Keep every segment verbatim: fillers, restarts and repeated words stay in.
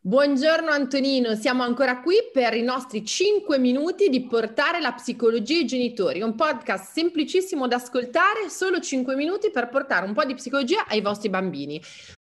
Buongiorno Antonino, siamo ancora qui per i nostri cinque minuti di portare la psicologia ai genitori, un podcast semplicissimo da ascoltare, solo cinque minuti per portare un po' di psicologia ai vostri bambini.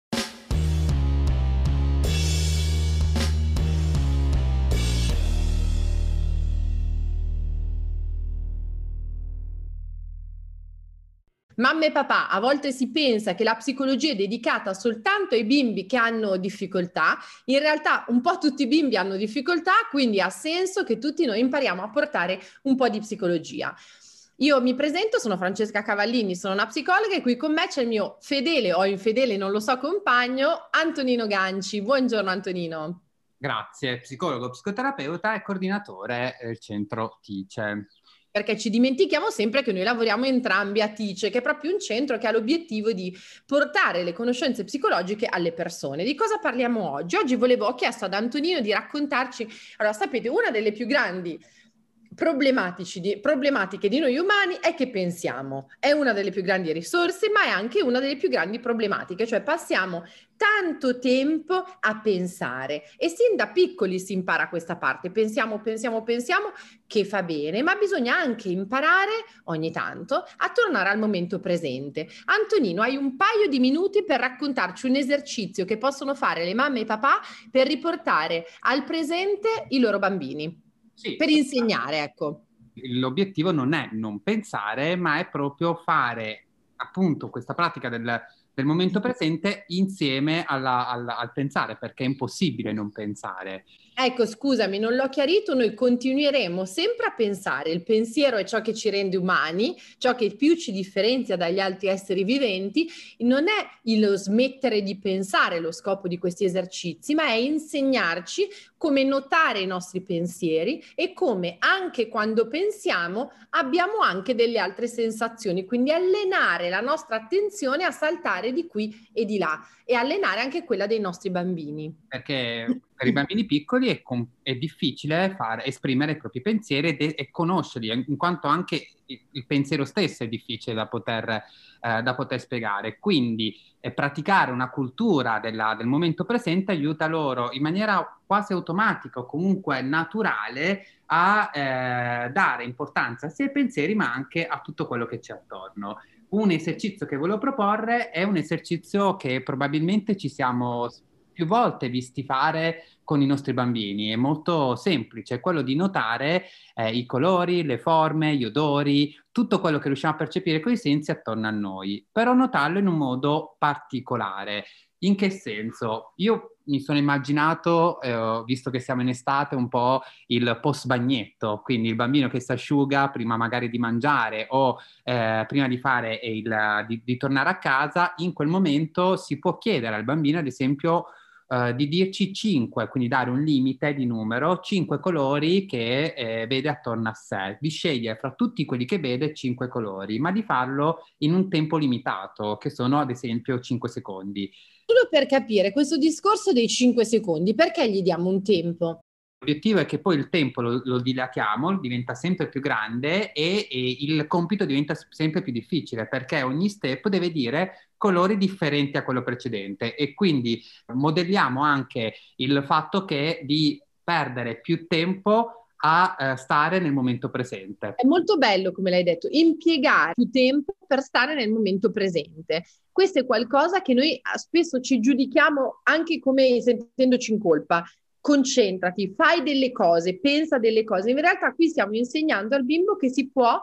Mamma e papà, a volte si pensa che la psicologia è dedicata soltanto ai bimbi che hanno difficoltà, in realtà un po' tutti i bimbi hanno difficoltà, quindi ha senso che tutti noi impariamo a portare un po' di psicologia. Io mi presento, sono Francesca Cavallini, sono una psicologa e qui con me c'è il mio fedele o infedele, non lo so, compagno Antonino Ganci. Buongiorno Antonino. Grazie, psicologo, psicoterapeuta e coordinatore del centro Tice. Perché ci dimentichiamo sempre che noi lavoriamo entrambi a Tice, che è proprio un centro che ha l'obiettivo di portare le conoscenze psicologiche alle persone. Di cosa parliamo oggi? Oggi volevo, ho chiesto ad Antonino di raccontarci, allora sapete, una delle più grandi problematici di, problematiche di noi umani è che pensiamo. È una delle più grandi risorse, ma è anche una delle più grandi problematiche, cioè passiamo tanto tempo a pensare e sin da piccoli si impara questa parte. Pensiamo, pensiamo, pensiamo, che fa bene, ma bisogna anche imparare ogni tanto a tornare al momento presente. Antonino, hai un paio di minuti per raccontarci un esercizio che possono fare le mamme e i papà per riportare al presente i loro bambini. Sì, Per insegnare, ecco. l'obiettivo non è non pensare, ma è proprio fare appunto questa pratica del, del momento presente insieme alla, alla, al pensare, perché è impossibile non pensare. Ecco, scusami, non l'ho chiarito, noi continueremo sempre a pensare, il pensiero è ciò che ci rende umani, ciò che più ci differenzia dagli altri esseri viventi, non è il smettere di pensare lo scopo di questi esercizi, ma è insegnarci come notare i nostri pensieri e come anche quando pensiamo abbiamo anche delle altre sensazioni, quindi allenare la nostra attenzione a saltare di qui e di là e allenare anche quella dei nostri bambini. Perché per i bambini piccoli è, com- è difficile fare, esprimere i propri pensieri e, de- e conoscerli, in quanto anche il, il pensiero stesso è difficile da poter, eh, da poter spiegare. Quindi eh, praticare una cultura della- del momento presente aiuta loro in maniera quasi automatica o comunque naturale a eh, dare importanza sia ai pensieri ma anche a tutto quello che c'è attorno. Un esercizio che volevo proporre è un esercizio che probabilmente ci siamo più volte visti fare con i nostri bambini. È molto semplice, è quello di notare eh, i colori, le forme, gli odori, tutto quello che riusciamo a percepire con i sensi attorno a noi, però notarlo in un modo particolare. In che senso? Io mi sono immaginato, eh, visto che siamo in estate, un po' il post bagnetto, quindi il bambino che si asciuga prima magari di mangiare o eh, prima di fare il, di, di tornare a casa. In quel momento si può chiedere al bambino, ad esempio, Uh, di dirci cinque, quindi dare un limite di numero, cinque colori che eh, vede attorno a sé, di scegliere fra tutti quelli che vede cinque colori, ma di farlo in un tempo limitato, che sono ad esempio cinque secondi. Solo per capire questo discorso dei cinque secondi, perché gli diamo un tempo? L'obiettivo è che poi il tempo lo, lo dilatiamo, diventa sempre più grande e, e il compito diventa sempre più difficile perché ogni step deve dire colori differenti a quello precedente e quindi modelliamo anche il fatto che di perdere più tempo a eh, stare nel momento presente. È molto bello, come l'hai detto, impiegare più tempo per stare nel momento presente. Questo è qualcosa che noi spesso ci giudichiamo anche come sentendoci in colpa. Concentrati, fai delle cose, pensa delle cose. In realtà qui stiamo insegnando al bimbo che si può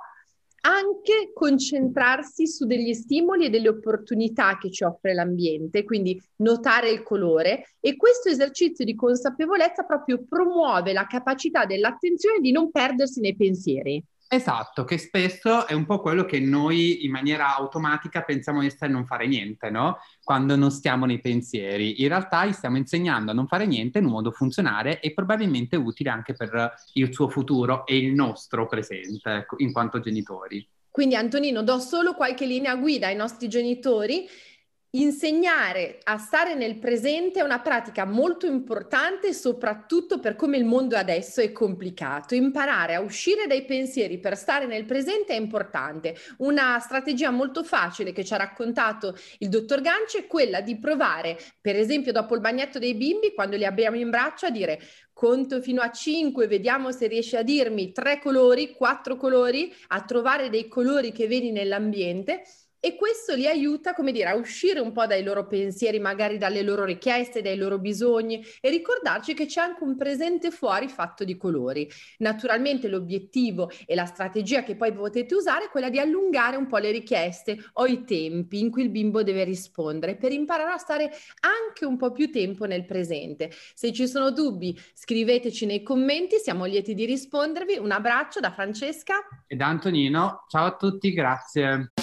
anche concentrarsi su degli stimoli e delle opportunità che ci offre l'ambiente, quindi notare il colore, e questo esercizio di consapevolezza proprio promuove la capacità dell'attenzione di non perdersi nei pensieri. Esatto, che spesso è un po' quello che noi in maniera automatica pensiamo di essere non fare niente, no? Quando non stiamo nei pensieri. In realtà gli stiamo insegnando a non fare niente in un modo funzionale e probabilmente utile anche per il suo futuro e il nostro presente, in quanto genitori. Quindi Antonino, do solo qualche linea guida ai nostri genitori. Insegnare a stare nel presente è una pratica molto importante, soprattutto per come il mondo adesso è complicato. Imparare a uscire dai pensieri per stare nel presente è importante. Una strategia molto facile che ci ha raccontato il dottor Ganci è quella di provare, per esempio dopo il bagnetto dei bimbi, quando li abbiamo in braccio, a dire: conto fino a cinque, vediamo se riesci a dirmi tre colori, quattro colori, a trovare dei colori che vedi nell'ambiente. E questo li aiuta, come dire, a uscire un po' dai loro pensieri, magari dalle loro richieste, dai loro bisogni, e ricordarci che c'è anche un presente fuori fatto di colori. Naturalmente l'obiettivo e la strategia che poi potete usare è quella di allungare un po' le richieste o i tempi in cui il bimbo deve rispondere, per imparare a stare anche un po' più tempo nel presente. Se ci sono dubbi, scriveteci nei commenti, siamo lieti di rispondervi. Un abbraccio da Francesca E da Antonino, ciao a tutti, grazie.